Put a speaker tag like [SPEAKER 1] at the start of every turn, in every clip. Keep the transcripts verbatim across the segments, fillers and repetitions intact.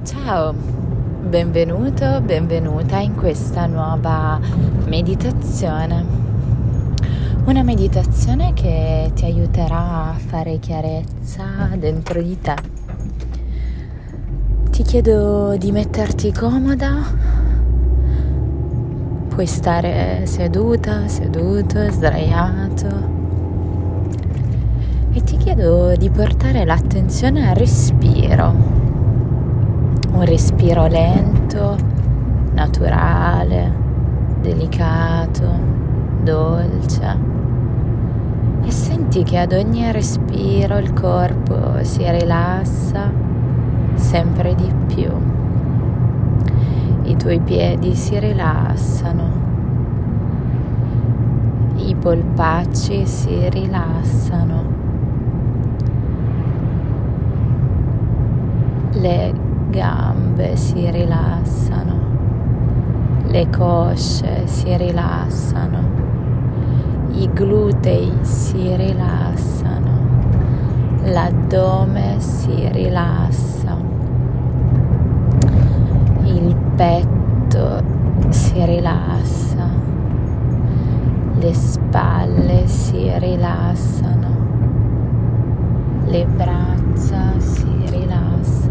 [SPEAKER 1] Ciao, benvenuto, benvenuta in questa nuova meditazione. Una meditazione che ti aiuterà a fare chiarezza dentro di te. Ti chiedo di metterti comoda. Puoi stare seduta, seduto, sdraiato. E ti chiedo di portare l'attenzione al respiro. Un respiro lento, naturale, delicato, dolce. E senti che ad ogni respiro il corpo si rilassa sempre di più. I tuoi piedi si rilassano. I polpacci si rilassano. Le gambe si rilassano, le cosce si rilassano, i glutei si rilassano, l'addome si rilassa, il petto si rilassa, le spalle si rilassano, le braccia si rilassano.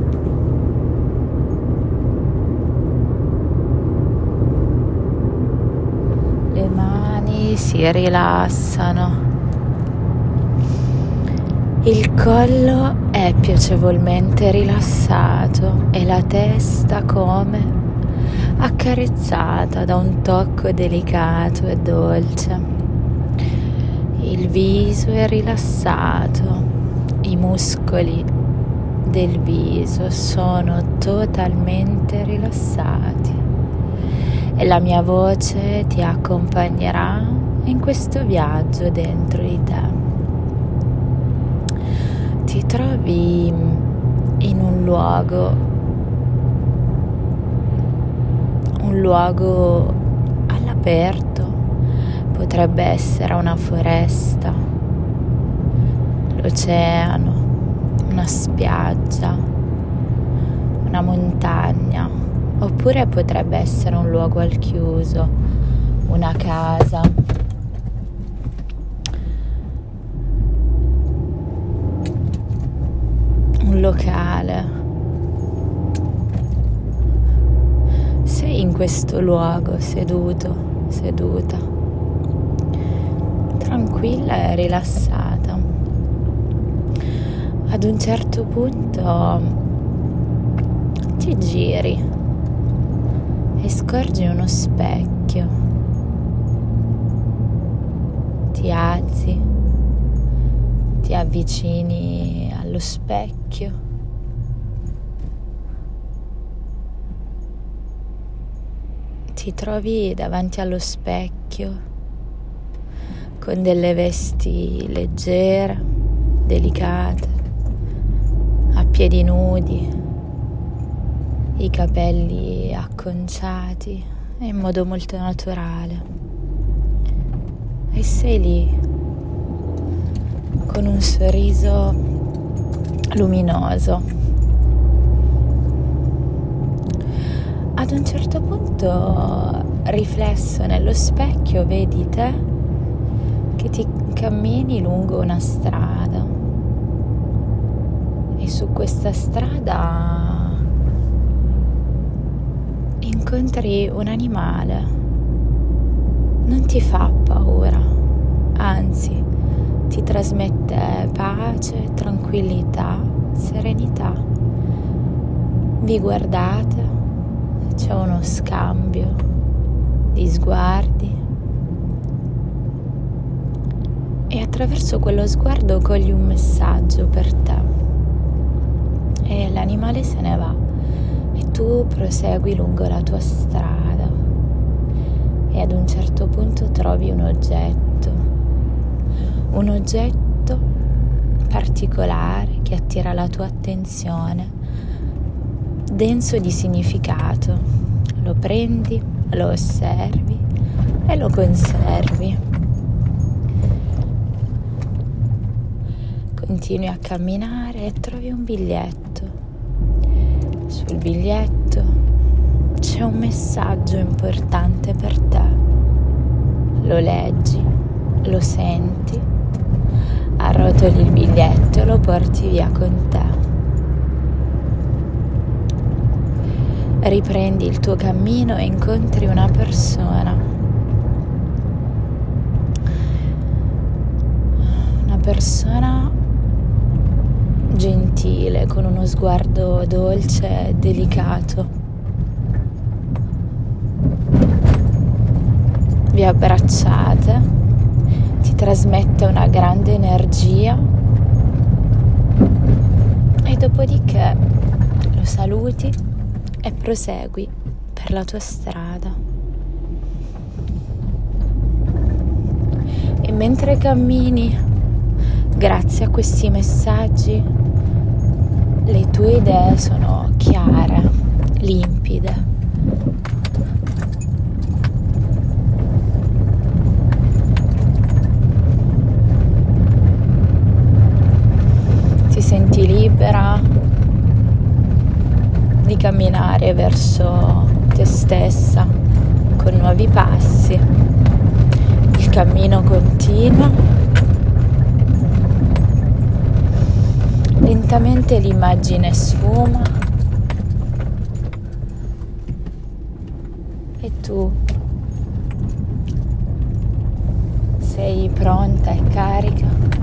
[SPEAKER 1] Si rilassano, il collo è piacevolmente rilassato e la testa come accarezzata da un tocco delicato e dolce. Il viso è rilassato, i muscoli del viso sono totalmente rilassati e la mia voce ti accompagnerà in questo viaggio dentro di te. Ti trovi in un luogo, un luogo all'aperto, potrebbe essere una foresta, l'oceano, una spiaggia, una montagna, oppure potrebbe essere un luogo al chiuso, una casa. Un locale. Sei in questo luogo seduto, seduta, tranquilla e rilassata. Ad un certo punto ti giri e scorgi uno specchio. Ti alzi, ti avvicini allo specchio, ti trovi davanti allo specchio con delle vesti leggere, delicate, a piedi nudi, i capelli acconciati e in modo molto naturale. E sei lì con un sorriso luminoso. Ad un certo punto, riflesso nello specchio, vedi te che ti cammini lungo una strada e su questa strada incontri un animale. Non ti fa paura, anzi ti trasmette pace, tranquillità, serenità. Vi guardate, c'è uno scambio di sguardi e attraverso quello sguardo cogli un messaggio per te e l'animale se ne va e tu prosegui lungo la tua strada e ad un certo punto trovi un oggetto, un oggetto particolare che attira la tua attenzione, denso di significato. Lo prendi, lo osservi e lo conservi. Continui a camminare e trovi un biglietto. Su Sul biglietto c'è un messaggio importante per te. Lo leggi, lo senti, arrotoli il biglietto e lo porti via con te. Riprendi il tuo cammino e incontri una persona. Una persona gentile, con uno sguardo dolce e delicato. Vi abbracciate, ti trasmette una grande energia e dopodiché lo saluti e prosegui per la tua strada. E mentre cammini, grazie a questi messaggi, le tue idee sono chiare, limpide. Ti senti libera di camminare verso te stessa con nuovi passi. Il cammino continua. Lentamente l'immagine sfuma e tu sei pronta e carica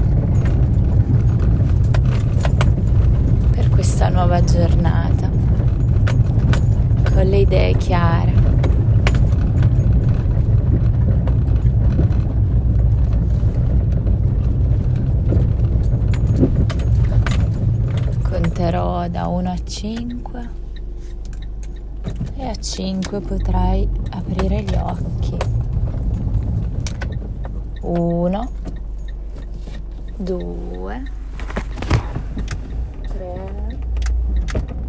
[SPEAKER 1] per questa nuova giornata, con le idee chiare. Conterò da uno a cinque e a cinque potrai aprire gli occhi. uno, due, tre,